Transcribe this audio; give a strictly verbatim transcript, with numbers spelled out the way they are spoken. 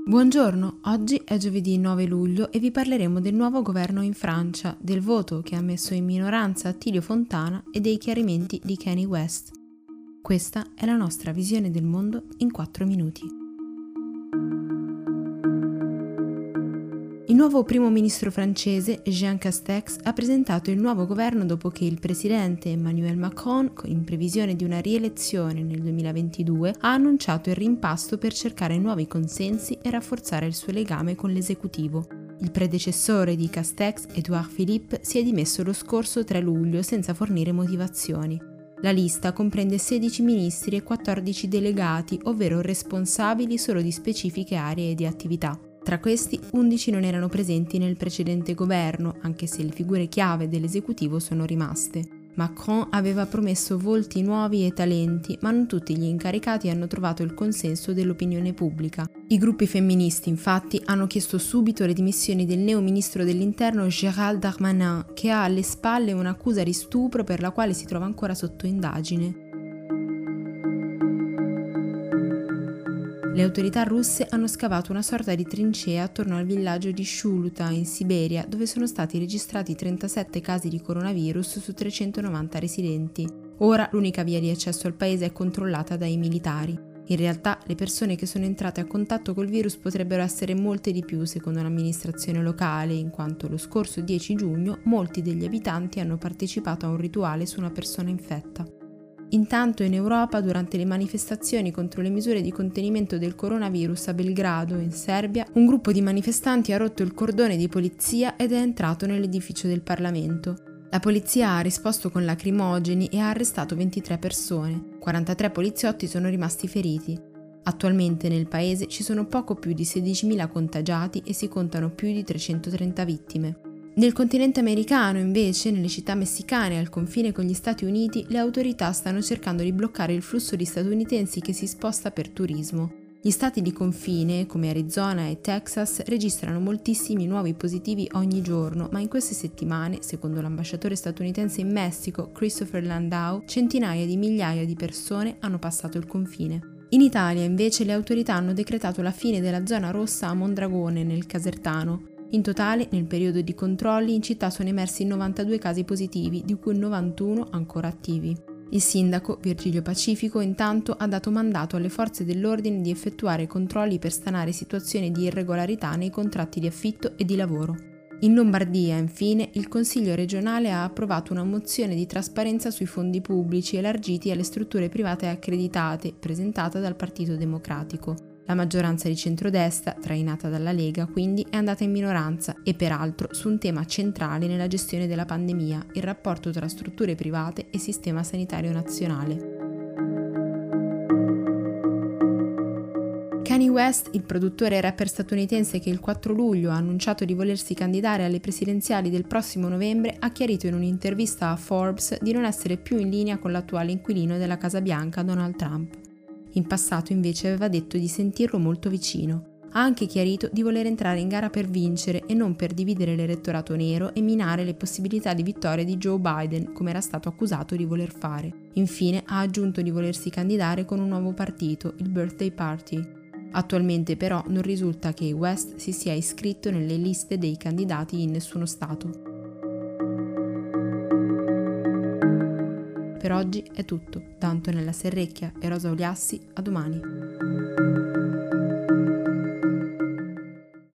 Buongiorno, oggi è giovedì nove luglio e vi parleremo del nuovo governo in Francia, del voto che ha messo in minoranza Attilio Fontana e dei chiarimenti di Kanye West. Questa è la nostra visione del mondo in quattro minuti. Il nuovo primo ministro francese, Jean Castex, ha presentato il nuovo governo dopo che il presidente Emmanuel Macron, in previsione di una rielezione nel duemilaventidue, ha annunciato il rimpasto per cercare nuovi consensi e rafforzare il suo legame con l'esecutivo. Il predecessore di Castex, Édouard Philippe, si è dimesso lo scorso tre luglio senza fornire motivazioni. La lista comprende sedici ministri e quattordici delegati, ovvero responsabili solo di specifiche aree di attività. Tra questi, undici non erano presenti nel precedente governo, anche se le figure chiave dell'esecutivo sono rimaste. Macron aveva promesso volti nuovi e talenti, ma non tutti gli incaricati hanno trovato il consenso dell'opinione pubblica. I gruppi femministi, infatti, hanno chiesto subito le dimissioni del neo ministro dell'Interno Gérald Darmanin, che ha alle spalle un'accusa di stupro per la quale si trova ancora sotto indagine. Le autorità russe hanno scavato una sorta di trincea attorno al villaggio di Shuluta, in Siberia, dove sono stati registrati trentasette casi di coronavirus su trecentonovanta residenti. Ora l'unica via di accesso al paese è controllata dai militari. In realtà le persone che sono entrate a contatto col virus potrebbero essere molte di più, secondo l'amministrazione locale, in quanto lo scorso dieci giugno molti degli abitanti hanno partecipato a un rituale su una persona infetta. Intanto in Europa, durante le manifestazioni contro le misure di contenimento del coronavirus a Belgrado, in Serbia, un gruppo di manifestanti ha rotto il cordone di polizia ed è entrato nell'edificio del Parlamento. La polizia ha risposto con lacrimogeni e ha arrestato ventitré persone. quarantatré poliziotti sono rimasti feriti. Attualmente nel paese ci sono poco più di sedicimila contagiati e si contano più di trecentotrenta vittime. Nel continente americano, invece, nelle città messicane al confine con gli Stati Uniti, le autorità stanno cercando di bloccare il flusso di statunitensi che si sposta per turismo. Gli stati di confine, come Arizona e Texas, registrano moltissimi nuovi positivi ogni giorno, ma in queste settimane, secondo l'ambasciatore statunitense in Messico, Christopher Landau, centinaia di migliaia di persone hanno passato il confine. In Italia, invece, le autorità hanno decretato la fine della zona rossa a Mondragone, nel Casertano. In totale, nel periodo di controlli, in città sono emersi novantadue casi positivi, di cui novantuno ancora attivi. Il sindaco, Virgilio Pacifico, intanto ha dato mandato alle forze dell'ordine di effettuare controlli per stanare situazioni di irregolarità nei contratti di affitto e di lavoro. In Lombardia, infine, il Consiglio regionale ha approvato una mozione di trasparenza sui fondi pubblici elargiti alle strutture private accreditate, presentata dal Partito Democratico. La maggioranza di centrodestra, trainata dalla Lega, quindi, è andata in minoranza e peraltro su un tema centrale nella gestione della pandemia, il rapporto tra strutture private e sistema sanitario nazionale. Kanye West, il produttore e rapper statunitense che il quattro luglio ha annunciato di volersi candidare alle presidenziali del prossimo novembre, ha chiarito in un'intervista a Forbes di non essere più in linea con l'attuale inquilino della Casa Bianca, Donald Trump. In passato invece aveva detto di sentirlo molto vicino. Ha anche chiarito di voler entrare in gara per vincere e non per dividere l'elettorato nero e minare le possibilità di vittoria di Joe Biden, come era stato accusato di voler fare. Infine ha aggiunto di volersi candidare con un nuovo partito, il Birthday Party. Attualmente però non risulta che West si sia iscritto nelle liste dei candidati in nessuno stato. Per oggi è tutto. Da Antonella Serrecchia e Rosa Oliassi, a domani.